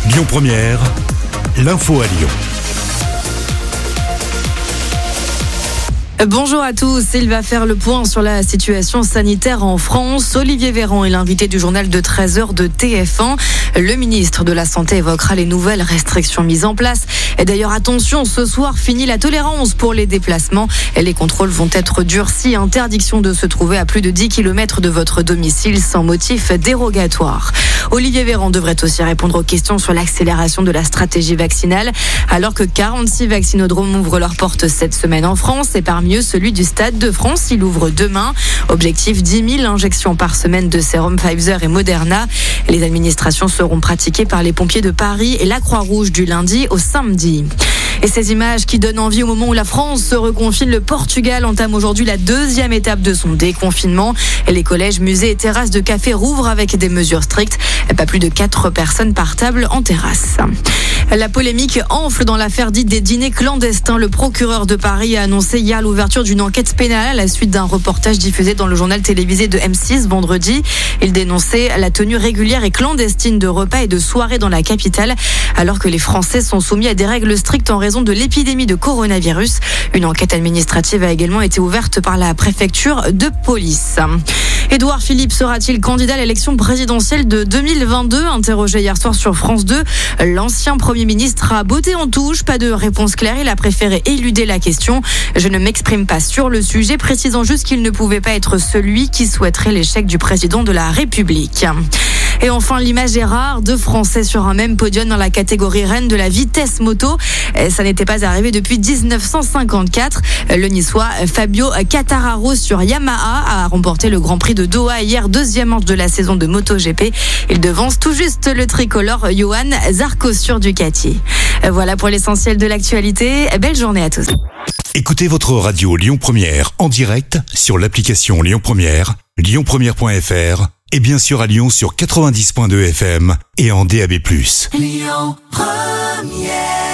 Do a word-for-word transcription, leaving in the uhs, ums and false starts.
Lyon Première, l'info à Lyon. Bonjour à tous, il va faire le point sur la situation sanitaire en France. Olivier Véran est l'invité du journal de treize heures de T F un. Le ministre de la Santé évoquera les nouvelles restrictions mises en place. Et d'ailleurs, attention, ce soir, fini la tolérance pour les déplacements. Les contrôles vont être durcis. Interdiction de se trouver à plus de dix kilomètres de votre domicile sans motif dérogatoire. Olivier Véran devrait aussi répondre aux questions sur l'accélération de la stratégie vaccinale. Alors que quarante-six vaccinodromes ouvrent leurs portes cette semaine en France et parmi eux celui du Stade de France. Il ouvre demain. Objectif dix mille injections par semaine de sérum Pfizer et Moderna. Les administrations seront pratiquées par les pompiers de Paris et la Croix-Rouge du lundi au samedi. Et ces images qui donnent envie au moment où la France se reconfine, le Portugal entame aujourd'hui la deuxième étape de son déconfinement. Les collèges, musées et terrasses de café rouvrent avec des mesures strictes. Pas plus de quatre personnes par table en terrasse. La polémique enfle dans l'affaire dite des dîners clandestins. Le procureur de Paris a annoncé hier l'ouverture d'une enquête pénale à la suite d'un reportage diffusé dans le journal télévisé de M six vendredi. Il dénonçait la tenue régulière et clandestine de repas et de soirées dans la capitale, alors que les Français sont soumis à des règles strictes en raison de l'épidémie de coronavirus. Une enquête administrative a également été ouverte par la préfecture de police. Édouard Philippe sera-t-il candidat à l'élection présidentielle de deux mille vingt-deux? Interrogé hier soir sur France deux, l'ancien Premier ministre a botté en touche. Pas de réponse claire, il a préféré éluder la question. Je ne m'exprime pas sur le sujet, précisant juste qu'il ne pouvait pas être celui qui souhaiterait l'échec du président de la République. Et enfin, l'image est rare, deux Français sur un même podium dans la catégorie reine de la vitesse moto. Ça n'était pas arrivé depuis dix-neuf cent cinquante-quatre. Le Niçois Fabio Quartararo sur Yamaha a remporté le Grand Prix de Doha hier, deuxième manche de la saison de MotoGP. Il devance tout juste le tricolore Johan Zarco sur Ducati. Voilà pour l'essentiel de l'actualité. Belle journée à tous. Écoutez votre radio Lyon Première en direct sur l'application Lyon Première, lyon première point f r et bien sûr à Lyon sur quatre-vingt-dix point deux F M et en D A B plus. Lyon Première.